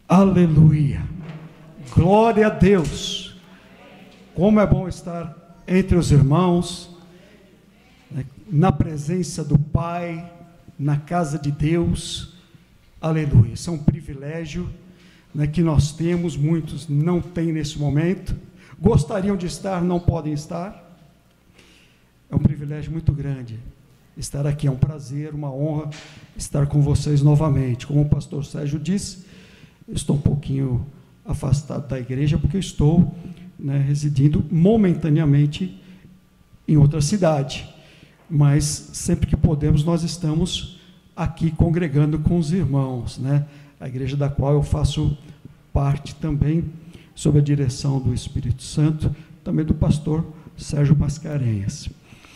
Aleluia, glória a Deus. Como é bom estar entre os irmãos, na presença do Pai, na casa de Deus. Aleluia, isso é um privilégio, que nós temos, muitos não têm nesse momento, gostariam de estar, não podem estar. É um privilégio muito grande estar aqui, é um prazer, uma honra estar com vocês novamente. Como o pastor Sérgio disse, eu estou um pouquinho afastado da igreja, porque eu estou residindo momentaneamente em outra cidade, mas sempre que podemos nós estamos aqui congregando com os irmãos, a igreja da qual eu faço parte também, sob a direção do Espírito Santo, também do pastor Sérgio Mascarenhas.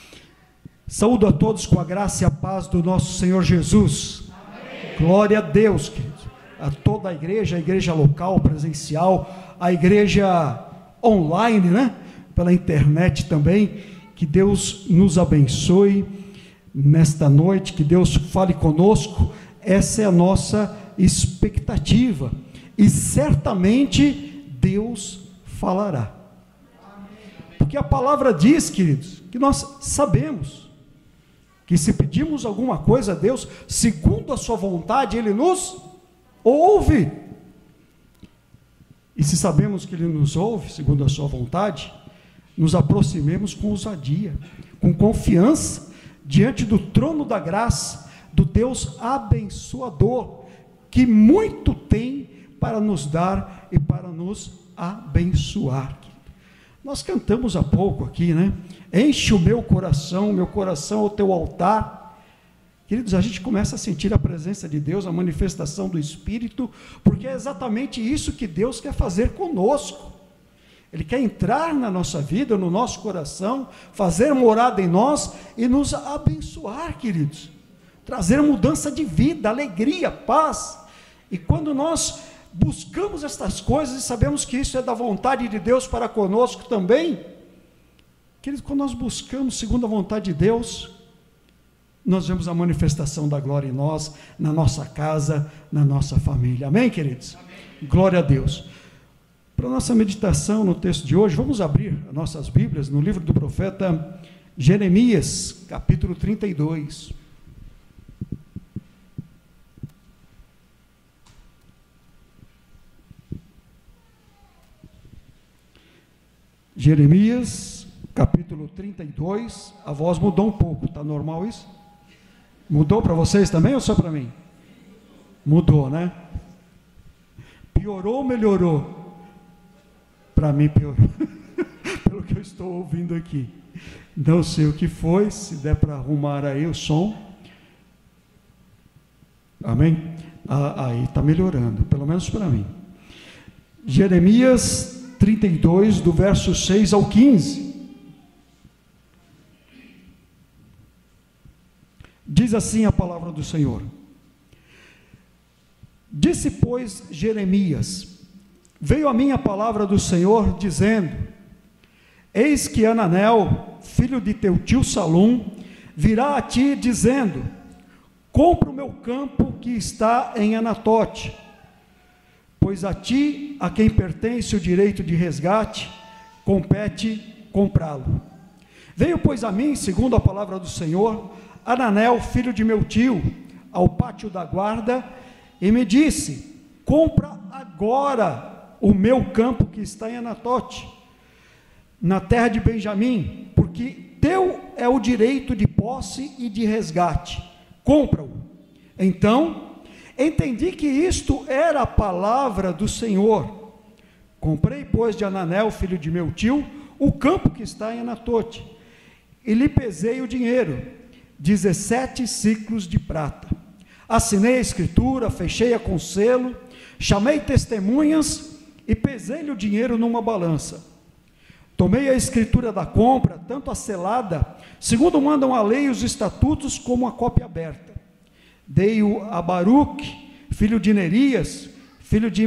Saúdo a todos com a graça e a paz do nosso Senhor Jesus. Amém. Glória a Deus, queridos. A toda a igreja local, presencial, a igreja online, pela internet também. Que Deus nos abençoe nesta noite, que Deus fale conosco. Essa é a nossa expectativa, e certamente Deus falará, porque a palavra diz, queridos, que nós sabemos que se pedimos alguma coisa a Deus, segundo a sua vontade, Ele nos ouve. E se sabemos que Ele nos ouve, segundo a sua vontade, nos aproximemos com ousadia, com confiança, diante do trono da graça, do Deus abençoador, que muito tem para nos dar e para nos abençoar. Nós cantamos há pouco aqui, enche o meu coração é o teu altar. Queridos, a gente começa a sentir a presença de Deus, a manifestação do Espírito, porque é exatamente isso que Deus quer fazer conosco. Ele quer entrar na nossa vida, no nosso coração, fazer morada em nós e nos abençoar, queridos, trazer mudança de vida, alegria, paz. E quando nós buscamos estas coisas e sabemos que isso é da vontade de Deus para conosco também, queridos, quando nós buscamos segundo a vontade de Deus, nós vemos a manifestação da glória em nós, na nossa casa, na nossa família. Amém, queridos? Amém. Glória a Deus. Para a nossa meditação no texto de hoje, vamos abrir as nossas Bíblias no livro do profeta Jeremias, capítulo 32. Jeremias, capítulo 32, a voz mudou um pouco, está normal isso? Mudou para vocês também ou só para mim? Mudou, Piorou ou melhorou? Para mim piorou, pelo que eu estou ouvindo aqui. Não sei o que foi, se der para arrumar aí o som. Amém? Aí está melhorando, pelo menos para mim. Jeremias 32, do verso 6 ao 15. Diz assim a palavra do Senhor: Disse, pois, Jeremias: Veio a mim a palavra do Senhor, dizendo: Eis que Hananel, filho de teu tio Salum, virá a ti, dizendo: Compra o meu campo que está em Anatote, pois a ti, a quem pertence o direito de resgate, compete comprá-lo. Veio, pois, a mim, segundo a palavra do Senhor, Hananel, filho de meu tio, ao pátio da guarda, e me disse: Compra agora o meu campo que está em Anatote, na terra de Benjamim, porque teu é o direito de posse e de resgate, compra-o. Então, entendi que isto era a palavra do Senhor. Comprei, pois, de Hananel, filho de meu tio, o campo que está em Anatote, e lhe pesei o dinheiro, 17 siclos de prata. Assinei a escritura, fechei-a com selo, chamei testemunhas, e pesei-lhe o dinheiro numa balança. Tomei a escritura da compra, tanto a selada, segundo mandam a lei e os estatutos, como a cópia aberta. Dei-o a Baruque, filho de Nerias, filho de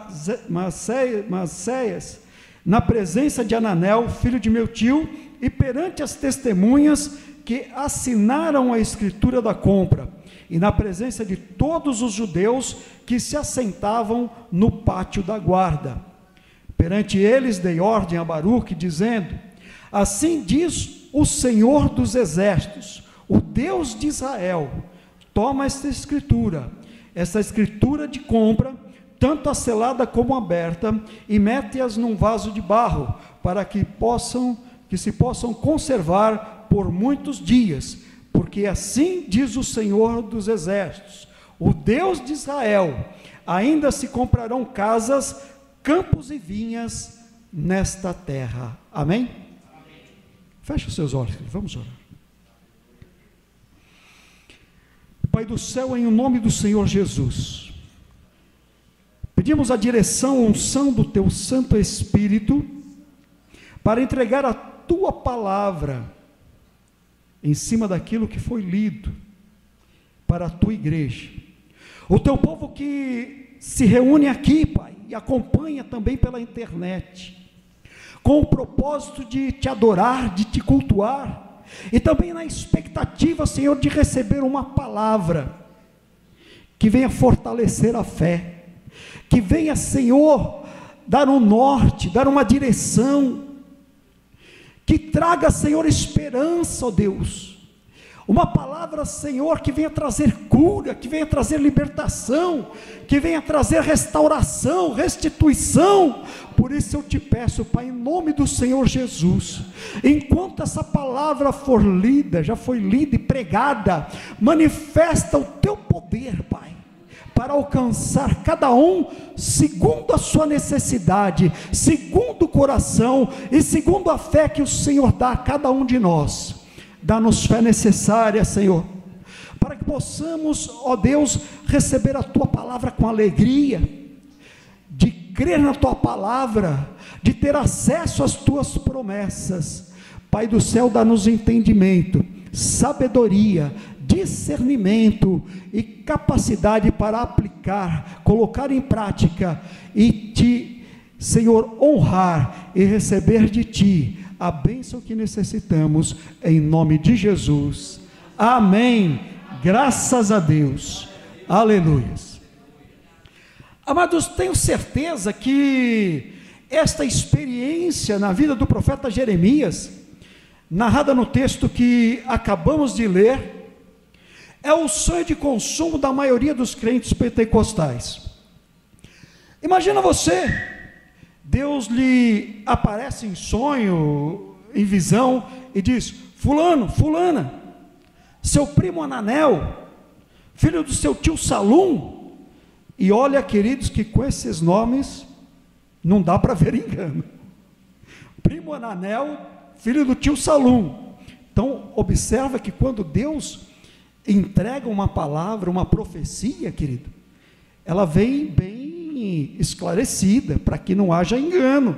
Maceias, na presença de Hananel, filho de meu tio, e perante as testemunhas que assinaram a escritura da compra, e na presença de todos os judeus que se assentavam no pátio da guarda. Perante eles dei ordem a Baruque, dizendo: assim diz o Senhor dos exércitos, o Deus de Israel: toma esta escritura de compra, tanto a selada como a aberta, e mete-as num vaso de barro, para que se possam conservar por muitos dias, porque assim diz o Senhor dos exércitos, o Deus de Israel: ainda se comprarão casas, campos e vinhas nesta terra. Amém? Amém. Feche os seus olhos, vamos orar. Pai do céu, em nome do Senhor Jesus, pedimos a direção, a unção do Teu Santo Espírito, para entregar a Tua palavra, em cima daquilo que foi lido, para a Tua igreja, o Teu povo que se reúne aqui, Pai, e acompanha também pela internet, com o propósito de Te adorar, de Te cultuar, e também na expectativa, Senhor, de receber uma palavra, que venha fortalecer a fé, que venha, Senhor, dar um norte, dar uma direção, que traga, Senhor, esperança, ó Deus, uma palavra, Senhor, que venha trazer cura, que venha trazer libertação, que venha trazer restauração, restituição. Por isso eu te peço, Pai, em nome do Senhor Jesus, enquanto essa palavra for lida, já foi lida e pregada, manifesta o teu poder, Pai, para alcançar cada um segundo a sua necessidade, segundo o coração e segundo a fé que o Senhor dá a cada um de nós. Dá-nos fé necessária, Senhor, para que possamos, ó Deus, receber a Tua palavra com alegria, de crer na Tua palavra, de ter acesso às Tuas promessas. Pai do céu, dá-nos entendimento, sabedoria, discernimento e capacidade para aplicar, colocar em prática e Te, Senhor, honrar e receber de Ti a bênção que necessitamos, em nome de Jesus. Amém. Graças a Deus. Aleluias. Amados, tenho certeza que esta experiência na vida do profeta Jeremias, narrada no texto que acabamos de ler, é o sonho de consumo da maioria dos crentes pentecostais. Imagina você, Deus lhe aparece em sonho, em visão, e diz: fulano, fulana, seu primo Ananel, filho do seu tio Salum. E olha, queridos, que com esses nomes não dá para ver engano. Primo Ananel, filho do tio Salum. Então observa que quando Deus entrega uma palavra, uma profecia, querido, ela vem bem esclarecida, para que não haja engano,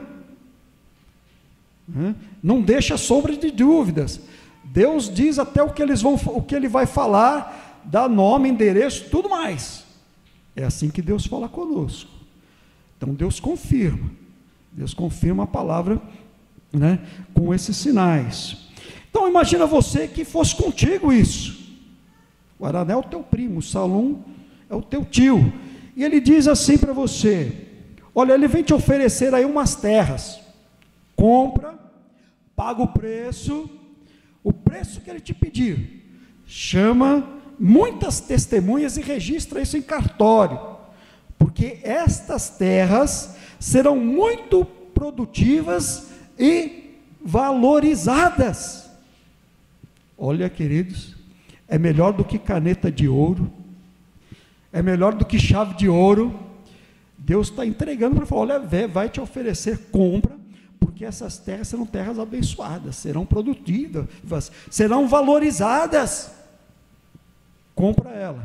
não deixa sombra de dúvidas. Deus diz até o que Ele vai falar, dá nome, endereço, tudo mais. É assim que Deus fala conosco. Então Deus confirma a palavra, com esses sinais. Então imagina você que fosse contigo isso. O Ananel é o teu primo, o Salum é o teu tio, e ele diz assim para você: olha, ele vem te oferecer aí umas terras, compra, paga o preço que ele te pedir, chama muitas testemunhas e registra isso em cartório, porque estas terras serão muito produtivas e valorizadas. Olha, queridos, é melhor do que caneta de ouro, é melhor do que chave de ouro. Deus está entregando para falar: olha, vai te oferecer, compra, porque essas terras serão terras abençoadas, serão produtivas, serão valorizadas, compra ela.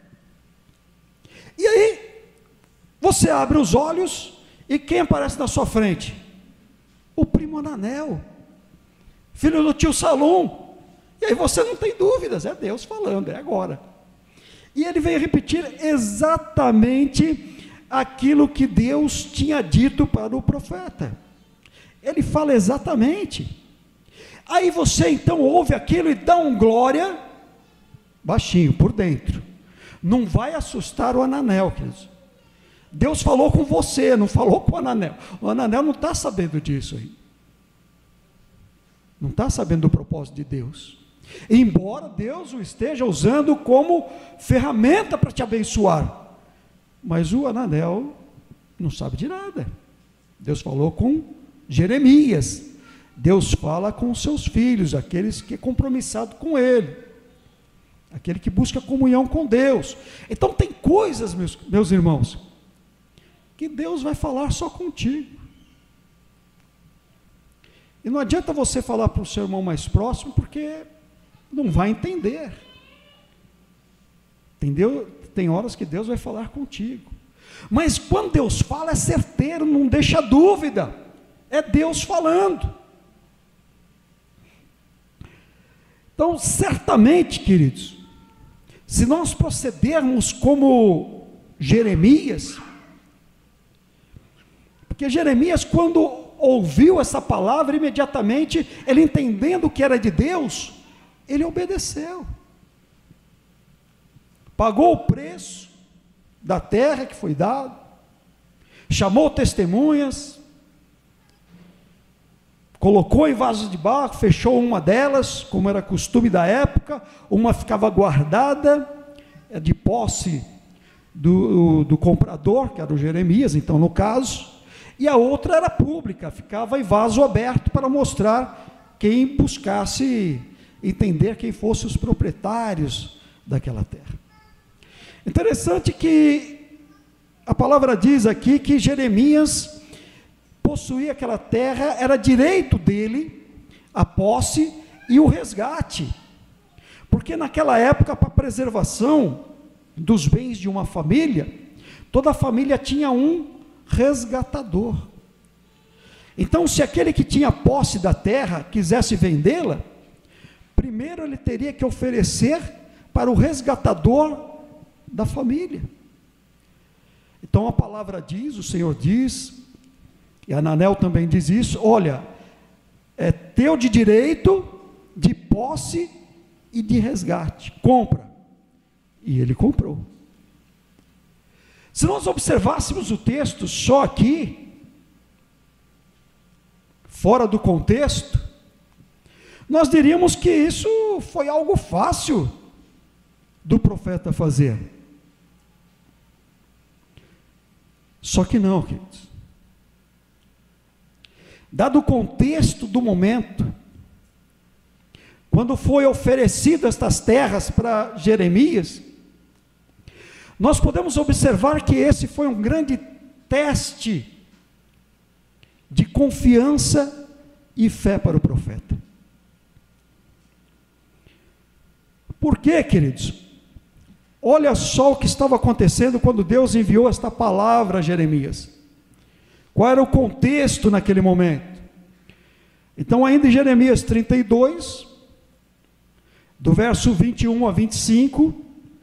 E aí, você abre os olhos, e quem aparece na sua frente? O primo Ananel, filho do tio Salum. E aí você não tem dúvidas, é Deus falando, é agora. E ele vem repetir exatamente aquilo que Deus tinha dito para o profeta. Ele fala exatamente. Aí você então ouve aquilo e dá um glória, baixinho, por dentro. Não vai assustar o Ananel, queridos. Deus falou com você, não falou com o Ananel. O Ananel não está sabendo disso aí. Não está sabendo do propósito de Deus. Embora Deus o esteja usando como ferramenta para te abençoar. Mas o Ananel não sabe de nada. Deus falou com Jeremias. Deus fala com os seus filhos, aqueles que é compromissado com Ele. Aquele que busca comunhão com Deus. Então tem coisas, meus irmãos, que Deus vai falar só contigo. E não adianta você falar para o seu irmão mais próximo, porque não vai entender. Entendeu? Tem horas que Deus vai falar contigo. Mas quando Deus fala, é certeiro, não deixa dúvida. É Deus falando. Então, certamente, queridos, se nós procedermos como Jeremias, porque Jeremias, quando ouviu essa palavra, imediatamente, ele entendendo que era de Deus, ele obedeceu. Pagou o preço da terra que foi dado, chamou testemunhas, colocou em vasos de barro, fechou uma delas, como era costume da época, uma ficava guardada, de posse do comprador, que era o Jeremias, então no caso, e a outra era pública, ficava em vaso aberto para mostrar quem buscasse entender quem fossem os proprietários daquela terra. Interessante que a palavra diz aqui que Jeremias possuía aquela terra, era direito dele a posse e o resgate, porque naquela época, para a preservação dos bens de uma família, toda a família tinha um resgatador. Então, se aquele que tinha posse da terra quisesse vendê-la, primeiro ele teria que oferecer para o resgatador da família. Então a palavra diz, o Senhor diz, e Ananel também diz isso: olha, é teu de direito, de posse e de resgate, compra. E ele comprou. Se nós observássemos o texto só aqui, fora do contexto, nós diríamos que isso foi algo fácil do profeta fazer. Só que não, queridos. Dado o contexto do momento, quando foi oferecido estas terras para Jeremias, nós podemos observar que esse foi um grande teste de confiança e fé para o profeta. Por quê, queridos? Olha só o que estava acontecendo quando Deus enviou esta palavra a Jeremias. Qual era o contexto naquele momento? Então, ainda em Jeremias 32, do verso 21 a 25,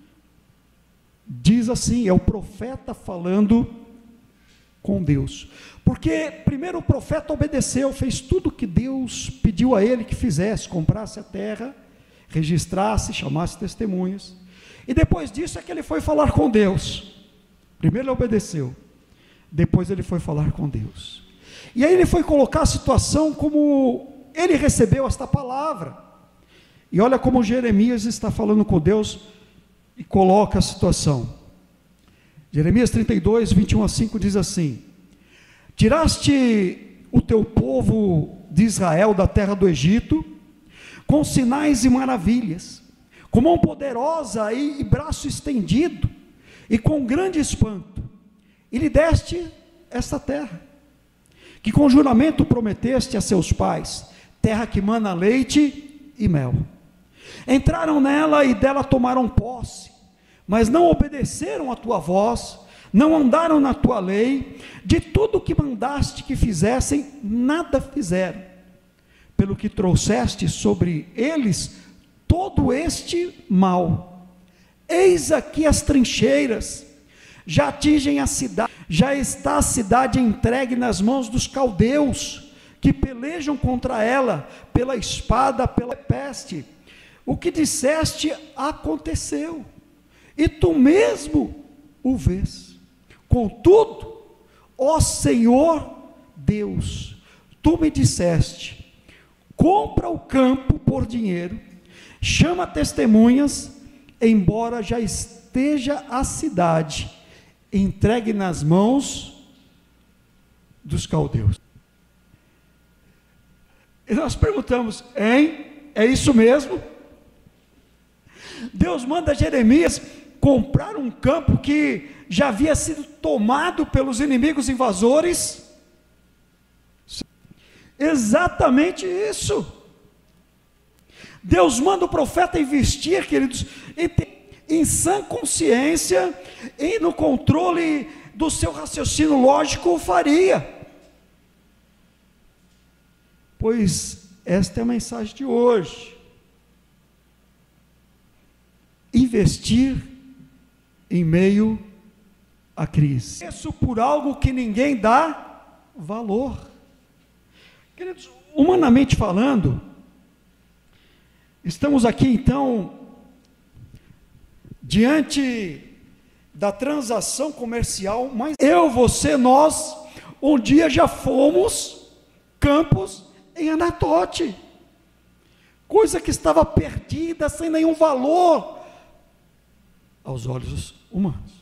diz assim, é o profeta falando com Deus. Porque primeiro o profeta obedeceu, fez tudo o que Deus pediu a ele que fizesse, comprasse a terra, registrasse, chamasse testemunhas. E depois disso é que ele foi falar com Deus. Primeiro ele obedeceu, depois ele foi falar com Deus. E aí ele foi colocar a situação como ele recebeu esta palavra. E olha como Jeremias está falando com Deus e coloca a situação. Jeremias 32, 21 a 5 diz assim: tiraste o teu povo de Israel da terra do Egito, com sinais e maravilhas, com mão poderosa e braço estendido, e com grande espanto, e lhe deste esta terra, que com juramento prometeste a seus pais, terra que mana leite e mel. Entraram nela e dela tomaram posse, mas não obedeceram a tua voz, não andaram na tua lei, de tudo o que mandaste que fizessem, nada fizeram, pelo que trouxeste sobre eles todo este mal. Eis aqui as trincheiras, já atingem a cidade, já está a cidade entregue nas mãos dos caldeus, que pelejam contra ela, pela espada, pela peste. O que disseste aconteceu, e tu mesmo o vês. Contudo, ó Senhor Deus, tu me disseste: compra o campo por dinheiro, chama testemunhas, embora já esteja a cidade entregue nas mãos dos caldeus. E nós perguntamos: hein? É isso mesmo? Deus manda Jeremias comprar um campo que já havia sido tomado pelos inimigos invasores? Exatamente isso. Deus manda o profeta investir, queridos, em sã consciência e no controle do seu raciocínio lógico o faria. Pois esta é a mensagem de hoje. Investir em meio à crise. Isso por algo que ninguém dá valor. Queridos, humanamente falando, estamos aqui então diante da transação comercial, mas eu, você, nós, um dia já fomos campos em Anatote, coisa que estava perdida, sem nenhum valor aos olhos humanos.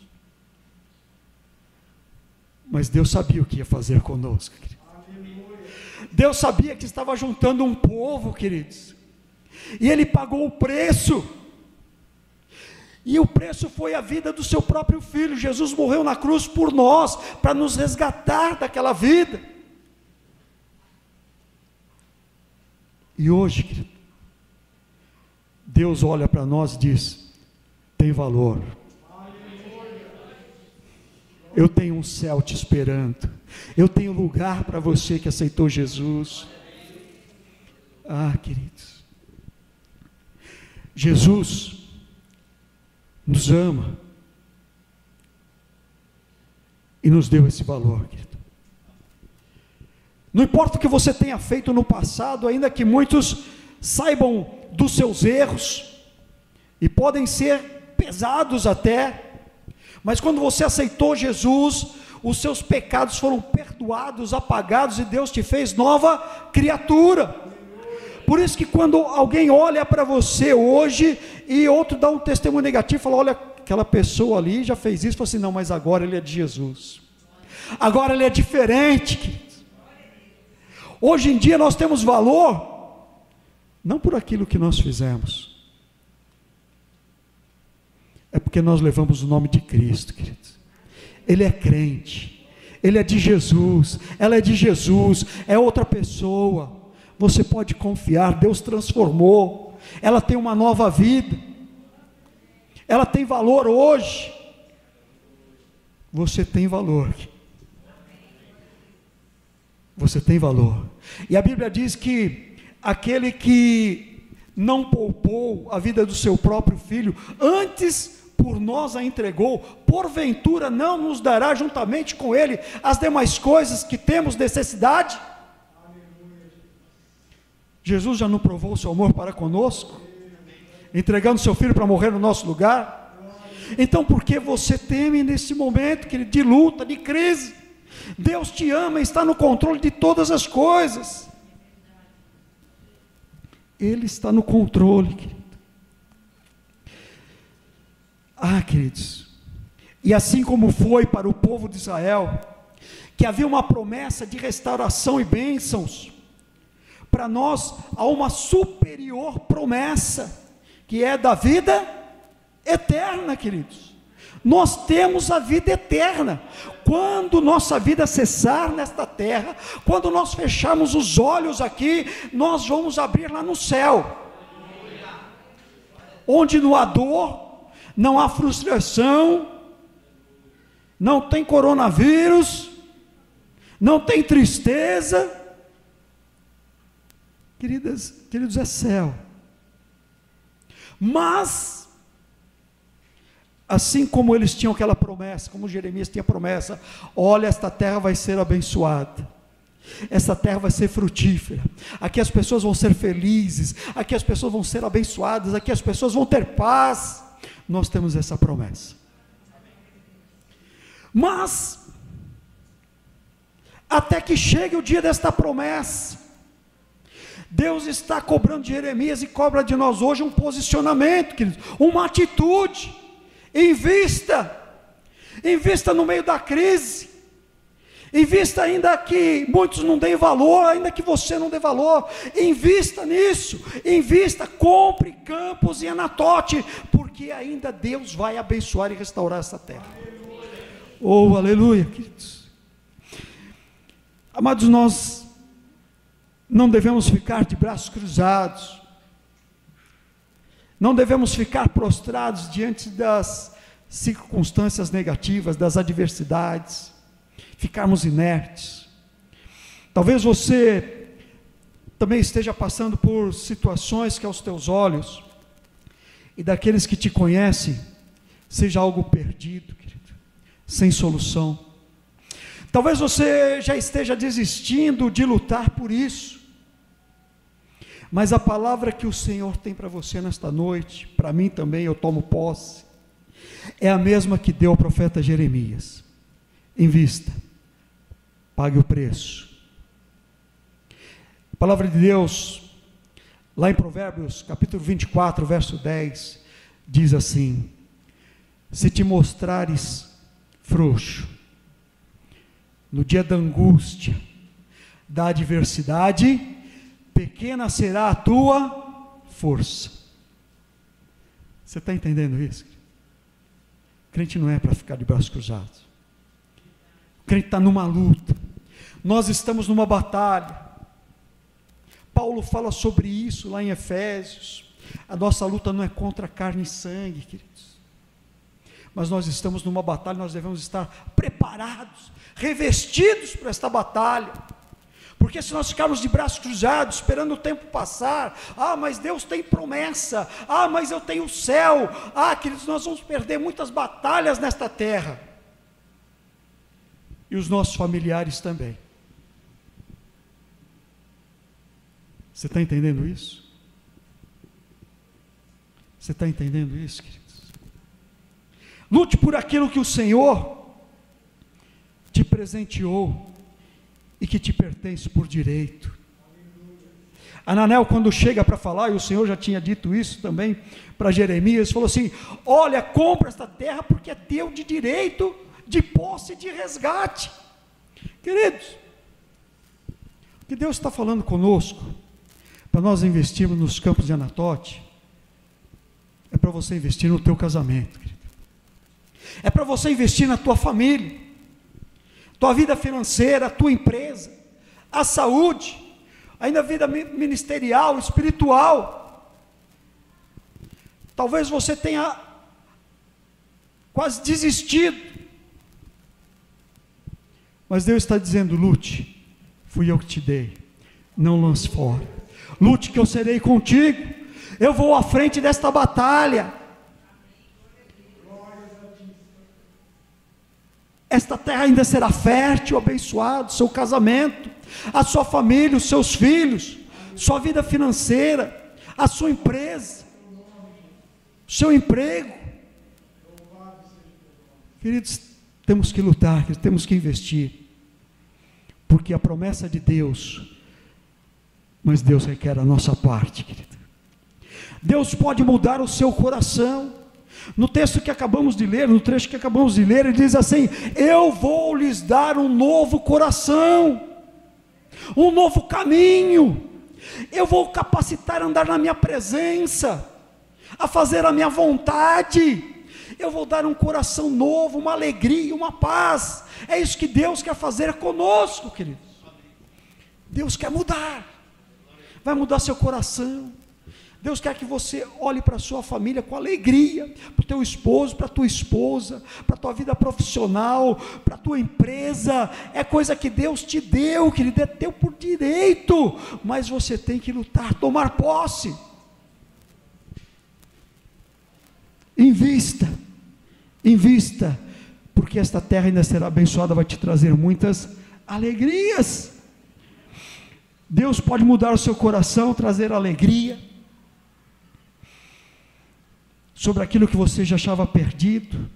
Mas Deus sabia o que ia fazer conosco, queridos. Deus sabia que estava juntando um povo, queridos, e Ele pagou o preço, e o preço foi a vida do seu próprio Filho. Jesus morreu na cruz por nós, para nos resgatar daquela vida. E hoje, querido, Deus olha para nós e diz: tem valor, eu tenho um céu te esperando, eu tenho lugar para você que aceitou Jesus. Ah, queridos, Jesus nos ama e nos deu esse valor, querido. Não importa o que você tenha feito no passado, ainda que muitos saibam dos seus erros, e podem ser pesados até, mas quando você aceitou Jesus, os seus pecados foram perdoados, apagados, e Deus te fez nova criatura. Por isso que quando alguém olha para você hoje, e outro dá um testemunho negativo, fala: olha, aquela pessoa ali já fez isso, fala assim: não, mas agora ele é de Jesus, agora ele é diferente, queridos. Hoje em dia nós temos valor, não por aquilo que nós fizemos, é porque nós levamos o nome de Cristo, queridos. Ele é crente, ele é de Jesus, ela é de Jesus, é outra pessoa. Você pode confiar, Deus transformou, ela tem uma nova vida, ela tem valor hoje. Você tem valor, você tem valor. E a Bíblia diz que aquele que não poupou a vida do seu próprio Filho, antes por nós a entregou, porventura não nos dará juntamente com Ele as demais coisas que temos necessidade? Jesus já não provou o seu amor para conosco, entregando seu Filho para morrer no nosso lugar? Então por que você teme nesse momento, querido, de luta, de crise? Deus te ama e está no controle de todas as coisas. Ele está no controle, querido. Ah, queridos, e assim como foi para o povo de Israel, que havia uma promessa de restauração e bênçãos, para nós há uma superior promessa, que é da vida eterna, queridos. Nós temos a vida eterna. Quando nossa vida cessar nesta terra, quando nós fecharmos os olhos aqui, nós vamos abrir lá no céu, onde não há dor, não há frustração, não tem coronavírus, não tem tristeza. Queridos, é céu. Mas, assim como eles tinham aquela promessa, como Jeremias tinha promessa: olha, esta terra vai ser abençoada, essa terra vai ser frutífera, aqui as pessoas vão ser felizes, aqui as pessoas vão ser abençoadas, aqui as pessoas vão ter paz. nós temos essa promessa. Mas, até que chegue o dia desta promessa, Deus está cobrando de Jeremias e cobra de nós hoje um posicionamento, queridos, uma atitude. Invista no meio da crise, invista ainda que muitos não deem valor, ainda que você não dê valor, invista nisso, compre campos em Anatote, porque ainda Deus vai abençoar e restaurar essa terra. Oh, aleluia, queridos. Amados, nós não devemos ficar de braços cruzados, não devemos ficar prostrados diante das circunstâncias negativas, das adversidades, ficarmos inertes. Talvez você também esteja passando por situações que aos teus olhos e daqueles que te conhecem seja algo perdido, querido, sem solução. Talvez você já esteja desistindo de lutar por isso, mas a palavra que o Senhor tem para você nesta noite, para mim também, eu tomo posse, é a mesma que deu ao profeta Jeremias: invista, pague o preço. A palavra de Deus, lá em Provérbios, capítulo 24, verso 10, diz assim: se te mostrares frouxo, no dia da angústia, da adversidade, pequena será a tua força. Você está entendendo isso? O crente não é para ficar de braços cruzados. O crente está numa luta. Nós estamos numa batalha. Paulo fala sobre isso lá em Efésios. A nossa luta não é contra carne e sangue, queridos. Mas nós estamos numa batalha, nós devemos estar preparados, revestidos para esta batalha. Porque se nós ficarmos de braços cruzados, esperando o tempo passar, mas Deus tem promessa, mas eu tenho o céu, queridos, nós vamos perder muitas batalhas nesta terra, e os nossos familiares também. Você está entendendo isso? Você está entendendo isso, queridos? Lute por aquilo que o Senhor te presenteou e que te pertence por direito. Ananel, quando chega para falar, e o Senhor já tinha dito isso também para Jeremias, falou assim: olha, compra esta terra porque é teu de direito, de posse e de resgate. Queridos, o que Deus está falando conosco, para nós investirmos nos campos de Anatote, é para você investir no teu casamento, querido. É para você investir na tua família, tua vida financeira, a tua empresa, a saúde, ainda a vida ministerial, espiritual. Talvez você tenha quase desistido, mas Deus está dizendo: lute, fui eu que te dei, não lance fora. Lute, que eu serei contigo, eu vou à frente desta batalha. Esta terra ainda será fértil, abençoado, seu casamento, a sua família, os seus filhos, sua vida financeira, a sua empresa, o seu emprego. Queridos, temos que lutar, temos que investir, porque a promessa de Deus, mas Deus requer a nossa parte, querido. Deus pode mudar o seu coração. No texto que acabamos de ler, no trecho que acabamos de ler, ele diz assim: eu vou lhes dar um novo coração, um novo caminho, eu vou capacitar a andar na minha presença, a fazer a minha vontade, eu vou dar um coração novo, uma alegria, uma paz. É isso que Deus quer fazer conosco, queridos. Deus quer mudar, vai mudar seu coração. Deus quer que você olhe para a sua família com alegria, para o teu esposo, para a tua esposa, para a tua vida profissional, para a tua empresa. É coisa que Deus te deu, querido, é teu por direito, mas você tem que lutar, tomar posse. Invista, porque esta terra ainda será abençoada, vai te trazer muitas alegrias. Deus pode mudar o seu coração, trazer alegria. sobre aquilo que você já achava perdido.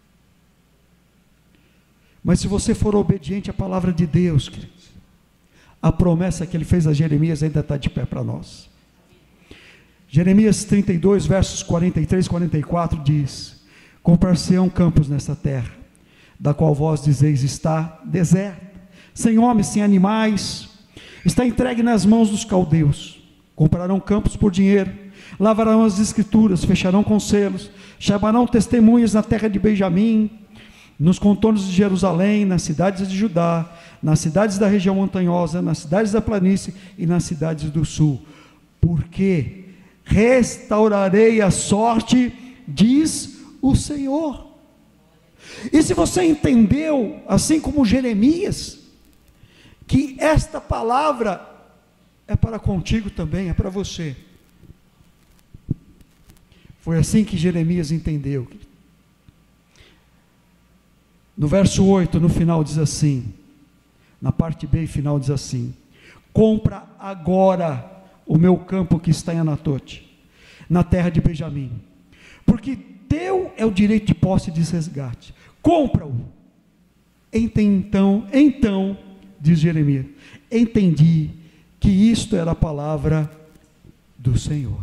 Mas se você for obediente à palavra de Deus, queridos, a promessa que ele fez a Jeremias ainda está de pé para nós. Jeremias 32, versos 43 e 44 diz: comprar-se-ão campos nesta terra, da qual vós dizeis está deserta, sem homens, sem animais, está entregue nas mãos dos caldeus. Comprarão campos por dinheiro, lavarão as escrituras, fecharão com selos, chamarão testemunhas na terra de Benjamim, nos contornos de Jerusalém, nas cidades de Judá, nas cidades da região montanhosa, nas cidades da planície e nas cidades do sul, porque restaurarei a sorte, diz o Senhor. E se você entendeu, assim como Jeremias, que esta palavra é para contigo também, é para você. Foi assim que Jeremias entendeu. No verso 8, no final diz assim, na parte B e final diz assim: compra agora o meu campo que está em Anatote, na terra de Benjamim, porque teu é o direito de posse e de resgate. Compra-o. Então, diz Jeremias, entendi que isto era a palavra do Senhor.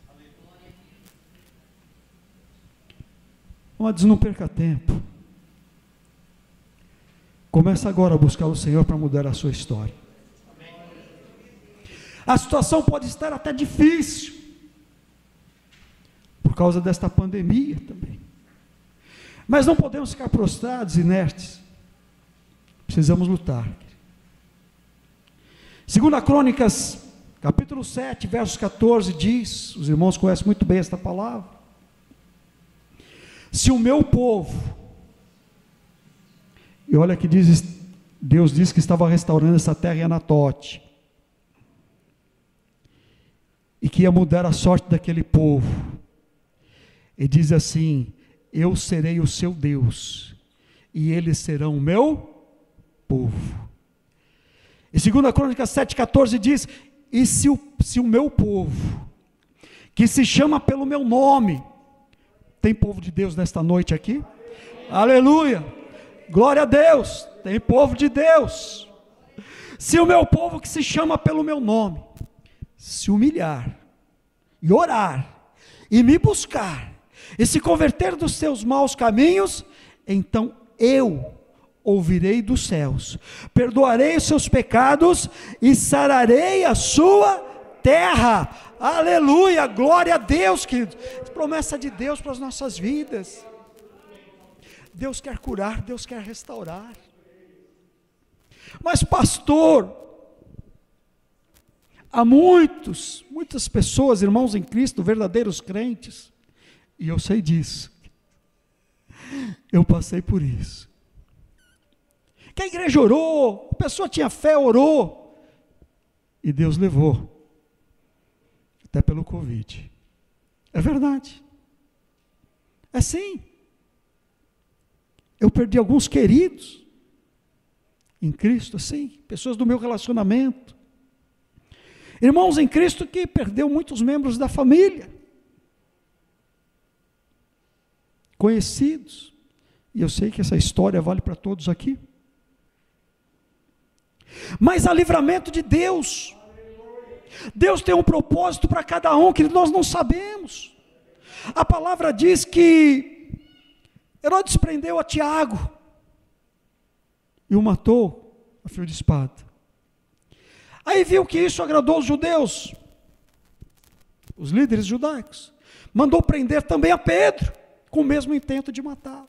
Mas não perca tempo. Começa agora a buscar o Senhor para mudar a sua história. A situação pode estar até difícil, por causa desta pandemia também. Mas não podemos ficar prostrados, inertes. Precisamos lutar. 2 Crônicas, capítulo 7, versos 14, diz, os irmãos conhecem muito bem esta palavra: se o meu povo, e olha que Deus diz que estava restaurando essa terra em Anatote, e que ia mudar a sorte daquele povo, e diz assim: eu serei o seu Deus, e eles serão o meu povo. E 2 Crônicas 7,14 diz: e se o meu povo, que se chama pelo meu nome, tem povo de Deus nesta noite aqui? Aleluia! Glória a Deus, tem povo de Deus. Se o meu povo que se chama pelo meu nome, se humilhar, e orar, e me buscar, e se converter dos seus maus caminhos, então eu ouvirei dos céus, perdoarei os seus pecados, e sararei a sua terra. Aleluia, glória a Deus, querido. Promessa de Deus para as nossas vidas. Deus quer curar, Deus quer restaurar. Mas pastor, há muitas pessoas, irmãos em Cristo, verdadeiros crentes, e eu sei disso, eu passei por isso, que a igreja orou, a pessoa tinha fé, orou, e Deus levou, até pelo Covid. É verdade, é sim. Eu perdi alguns queridos em Cristo, assim, pessoas do meu relacionamento, irmãos em Cristo que perdeu muitos membros da família, conhecidos, e eu sei que essa história vale para todos aqui, mas há livramento de Deus. Deus tem um propósito para cada um que nós não sabemos. A palavra diz que Herodes prendeu a Tiago e o matou a fio de espada. Aí viu que isso agradou os judeus, os líderes judaicos, mandou prender também a Pedro, com o mesmo intento de matá-lo.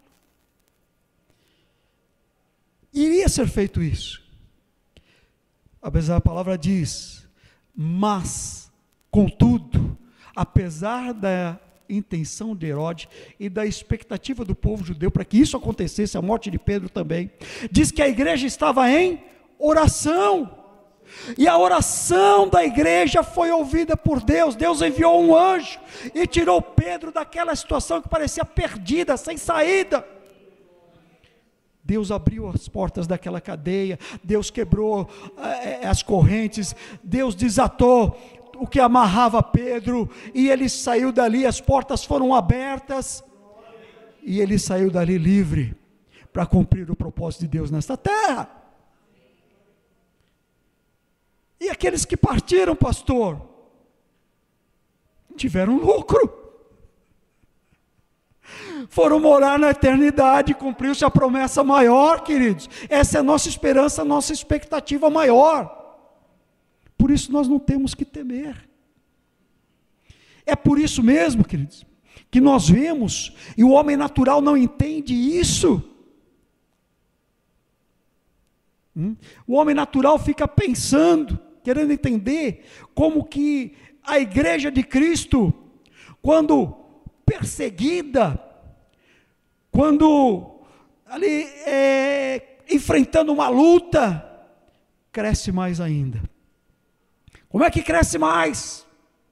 Iria ser feito isso, apesar, a palavra diz, mas, contudo, apesar da intenção de Herodes e da expectativa do povo judeu para que isso acontecesse, a morte de Pedro também, diz que a igreja estava em oração, e a oração da igreja foi ouvida por Deus. Deus enviou um anjo e tirou Pedro daquela situação que parecia perdida, sem saída. Deus abriu as portas daquela cadeia, Deus quebrou as correntes, Deus desatou o que amarrava Pedro, e ele saiu dali, as portas foram abertas, e ele saiu dali livre, para cumprir o propósito de Deus nesta terra. E aqueles que partiram, pastor, tiveram lucro, foram morar na eternidade, cumpriu-se a promessa maior, queridos. Essa é a nossa esperança, a nossa expectativa maior. Por isso nós não temos que temer. É por isso mesmo, queridos, que nós vemos, e o homem natural não entende isso. O homem natural fica pensando, querendo entender, como que a igreja de Cristo, quando perseguida, quando ali enfrentando uma luta, cresce mais ainda. Como é que cresce mais?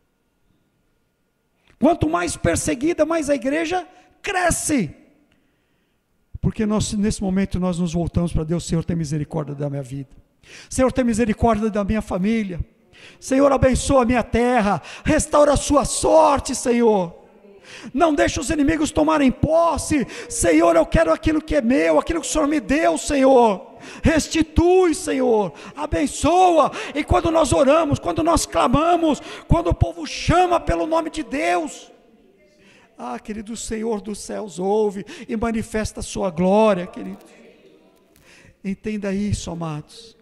Quanto mais perseguida, mais a igreja cresce. Porque nesse momento nós nos voltamos para Deus. Senhor, tem misericórdia da minha vida. Senhor, tem misericórdia da minha família. Senhor, abençoa a minha terra. Restaura a sua sorte, Senhor. Não deixe os inimigos tomarem posse. Senhor, eu quero aquilo que é meu, aquilo que o Senhor me deu, Senhor. Restitui, Senhor, abençoa. E quando nós oramos, quando nós clamamos, quando o povo chama pelo nome de Deus, querido, o Senhor dos céus ouve e manifesta a sua glória, querido. Entenda isso, amados.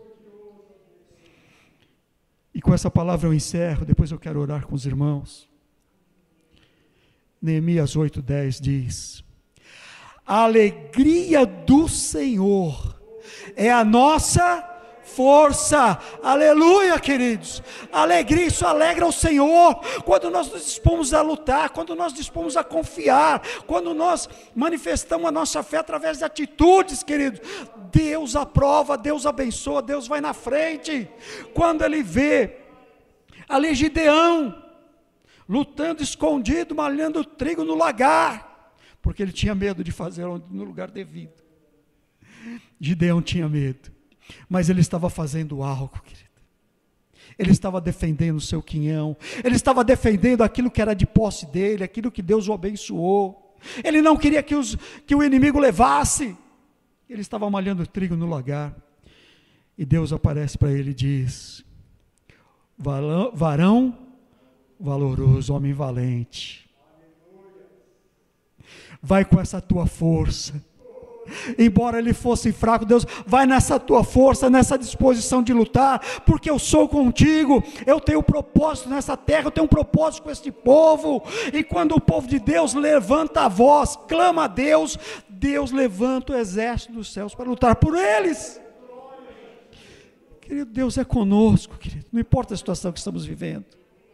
E com essa palavra eu encerro, depois eu quero orar com os irmãos. Neemias 8:10 diz: a alegria do Senhor é a nossa força. Aleluia, queridos. Alegria, isso alegra o Senhor. Quando nós nos dispomos a lutar, quando nós dispomos a confiar, quando nós manifestamos a nossa fé através de atitudes, queridos, Deus aprova, Deus abençoa, Deus vai na frente. Quando ele vê ali Gideão lutando escondido, malhando trigo no lagar, porque ele tinha medo de fazer no lugar devido. Gideão tinha medo, mas ele estava fazendo algo, querido. Ele estava defendendo o seu quinhão, ele estava defendendo aquilo que era de posse dele, aquilo que Deus o abençoou. Ele não queria que o inimigo levasse. Ele estava malhando trigo no lagar, e Deus aparece para ele e diz: varão valoroso, homem valente, vai com essa tua força. Embora ele fosse fraco, Deus, vai nessa tua força, nessa disposição de lutar, porque eu sou contigo. Eu tenho propósito nessa terra, eu tenho um propósito com este povo. E quando o povo de Deus levanta a voz, clama a Deus, Deus levanta o exército dos céus para lutar por eles. Querido, Deus é conosco, querido, não importa a situação que estamos vivendo.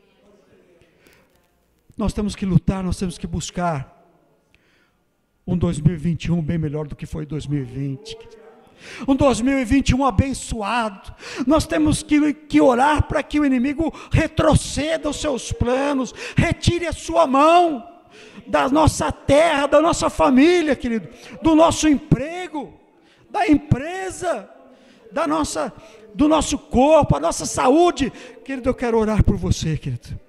Nós temos que lutar, nós temos que buscar um 2021 bem melhor do que foi 2020. Um 2021 abençoado. Nós temos que orar para que o inimigo retroceda os seus planos, retire a sua mão da nossa terra, da nossa família, querido, do nosso emprego, da empresa, do nosso corpo, a nossa saúde. Querido, eu quero orar por você, querido.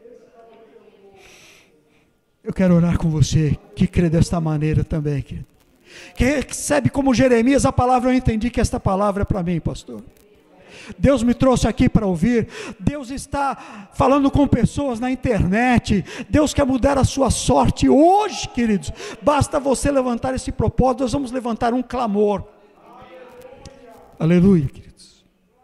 Eu quero orar com você, que crê desta maneira também, querido. Que recebe como Jeremias a palavra. Eu entendi que esta palavra é para mim, pastor. Deus me trouxe aqui para ouvir. Deus está falando com pessoas na internet. Deus quer mudar a sua sorte hoje, queridos. Basta você levantar esse propósito. Nós vamos levantar um clamor. Aleluia, queridos.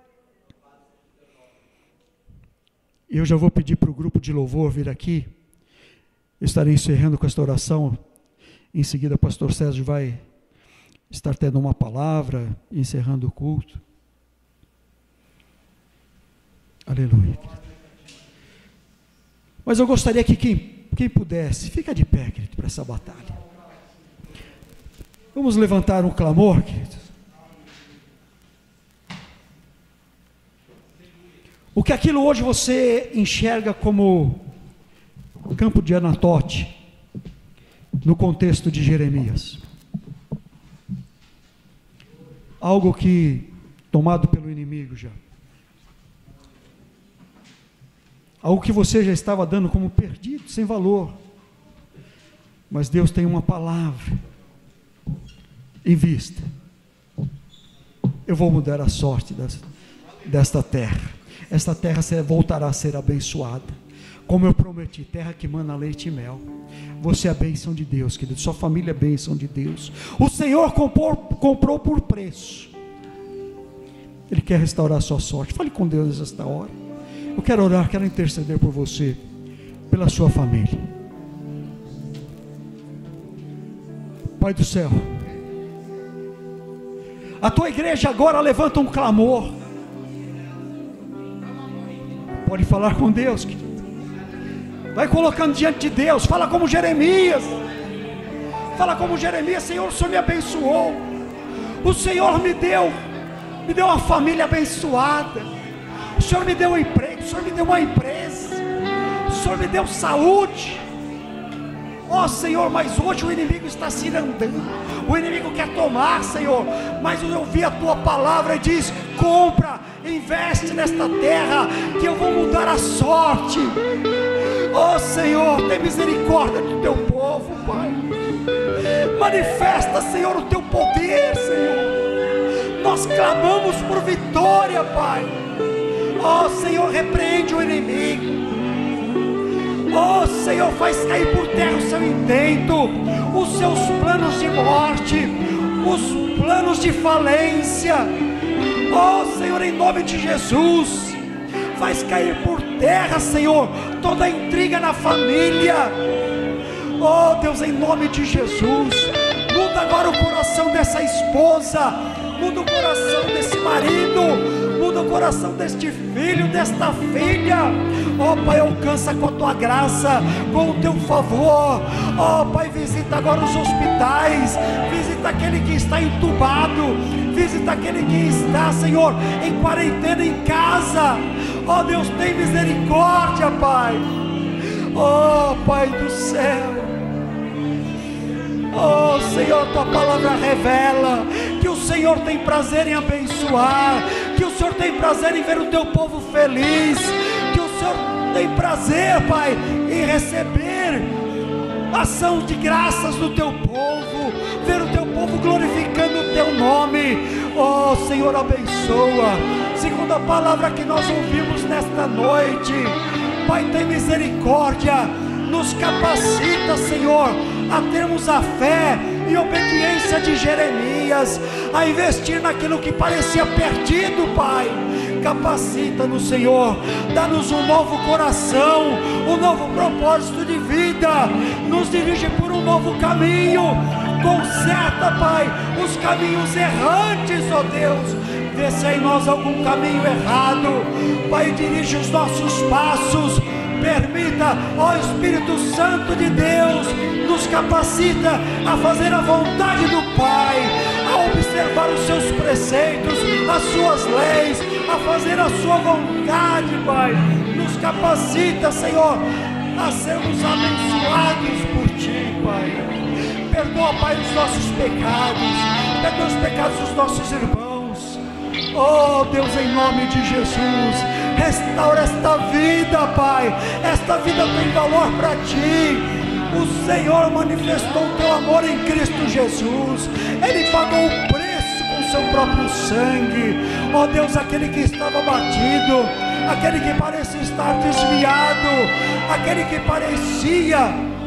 Eu já vou pedir para o grupo de louvor vir aqui. Eu estarei encerrando com esta oração. Em seguida o pastor Sérgio vai estar tendo uma palavra, encerrando o culto. Aleluia, querido. Mas eu gostaria que quem pudesse, fica de pé, querido, para essa batalha. Vamos levantar um clamor, querido. O que aquilo hoje você enxerga como campo de Anatote, no contexto de Jeremias, algo que tomado pelo inimigo já, algo que você já estava dando como perdido, sem valor. Mas Deus tem uma palavra: invista. Eu vou mudar a sorte desta terra. Esta terra voltará a ser abençoada, como eu prometi, terra que mana leite e mel. Você é a bênção de Deus, querido. Sua família é a bênção de Deus. O Senhor comprou por preço. Ele quer restaurar a sua sorte. Fale com Deus nesta hora. Eu quero orar, quero interceder por você, pela sua família. Pai do céu, a tua igreja agora levanta um clamor. Pode falar com Deus, querido. Vai colocando diante de Deus. Fala como Jeremias. Fala como Jeremias: Senhor, o Senhor me abençoou. O Senhor me deu uma família abençoada. O Senhor me deu um emprego. O Senhor me deu uma empresa. O Senhor me deu saúde. Ó Senhor, mas hoje o inimigo está se irandando. O inimigo quer tomar, Senhor. Mas eu ouvi a tua palavra e diz: compra, investe nesta terra, que eu vou mudar a sorte. Ó Senhor, tem misericórdia do teu povo, Pai. Manifesta, Senhor, o teu poder, Senhor. Nós clamamos por vitória, Pai. Ó Senhor, repreende o inimigo. Ó Senhor, faz cair por terra o seu intento, os seus planos de morte, os planos de falência. Ó Senhor, em nome de Jesus, faz cair por terra, Senhor, toda a intriga na família. Ó Deus, em nome de Jesus, muda agora o coração dessa esposa, muda o coração desse marido, muda o coração deste filho, desta filha. Ó Pai, alcança com a tua graça, com o teu favor. Ó Pai, visita agora os hospitais, visita aquele que está entubado, visita aquele que está, Senhor, em quarentena em casa. Ó Deus, tem misericórdia, Pai. Ó Pai do céu, ó Senhor, a tua palavra revela que o Senhor tem prazer em abençoar, que o Senhor tem prazer em ver o teu povo feliz, que o Senhor tem prazer, Pai, em receber ação de graças do teu povo, ver o teu povo glorificando o teu nome. Ó Senhor, abençoa, segundo a palavra que nós ouvimos nesta noite. Pai, tem misericórdia, nos capacita, Senhor, a termos a fé e obediência de Jeremias, a investir naquilo que parecia perdido, Pai. Capacita-nos, Senhor, dá-nos um novo coração, um novo propósito de vida, nos dirige por um novo caminho, conserta, Pai, os caminhos errantes, ó Deus, vê se há em nós algum caminho errado, Pai, dirige os nossos passos, permita, ó Espírito Santo de Deus, nos capacita a fazer a vontade do Pai, a observar os seus preceitos, as suas leis, a fazer a sua vontade, Pai. Nos capacita, Senhor, a sermos abençoados por Ti, Pai. Perdoa, Pai, os nossos pecados, perdoa os pecados dos nossos irmãos. Oh Deus, em nome de Jesus, restaura esta vida, Pai. Esta vida tem valor para Ti. O Senhor manifestou o Teu amor em Cristo Jesus. Ele pagou o preço com o Seu próprio sangue. Ó Deus, aquele que estava batido, aquele que parecia estar desviado, aquele que parecia,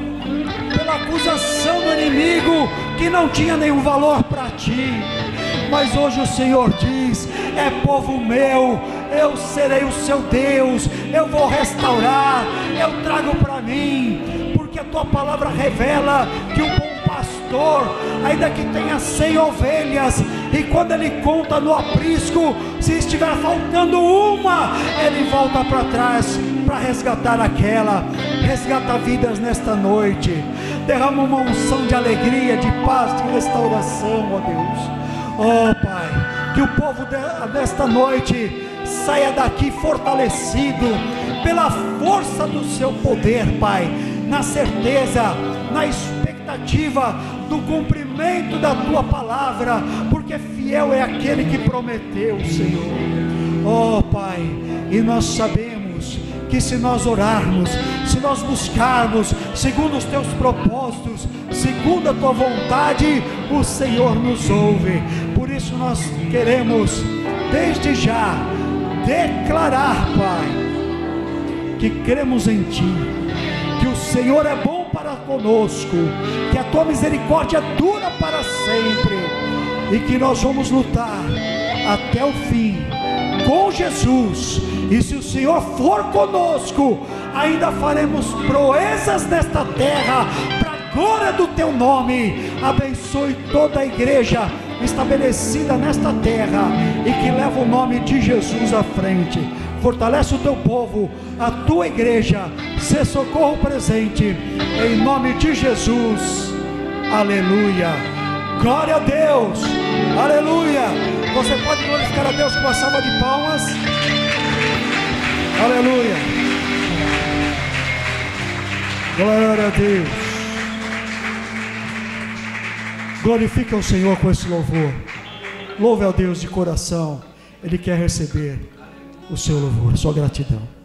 pela acusação do inimigo, que não tinha nenhum valor para Ti, mas hoje o Senhor diz: é povo meu, eu serei o seu Deus, eu vou restaurar, eu trago para mim, porque a tua palavra revela que o bom pastor, ainda que tenha 100 ovelhas, e quando ele conta no aprisco, se estiver faltando uma, ele volta para trás para resgatar aquela. Resgata vidas nesta noite, derrama uma unção de alegria, de paz, de restauração, ó Deus. Oh Pai, que o povo desta noite saia daqui fortalecido pela força do seu poder, Pai, na certeza, na expectativa do cumprimento da tua palavra, porque fiel é aquele que prometeu, Senhor. Oh Pai, e nós sabemos que se nós orarmos, se nós buscarmos segundo os teus propósitos, segundo a tua vontade, o Senhor nos ouve. Por isso nós queremos desde já declarar, Pai, que cremos em Ti, que o Senhor é bom para conosco, que a Tua misericórdia dura para sempre, e que nós vamos lutar até o fim com Jesus. E se o Senhor for conosco, ainda faremos proezas nesta terra, para a glória do Teu nome. Abençoe toda a igreja estabelecida nesta terra e que leva o nome de Jesus à frente. Fortalece o Teu povo, a Tua igreja, se socorro presente, em nome de Jesus. Aleluia, glória a Deus, aleluia. Você pode glorificar a Deus com uma salva de palmas. Aleluia, glória a Deus. Glorifica o Senhor com esse louvor. Louve ao Deus de coração. Ele quer receber o seu louvor, a sua gratidão.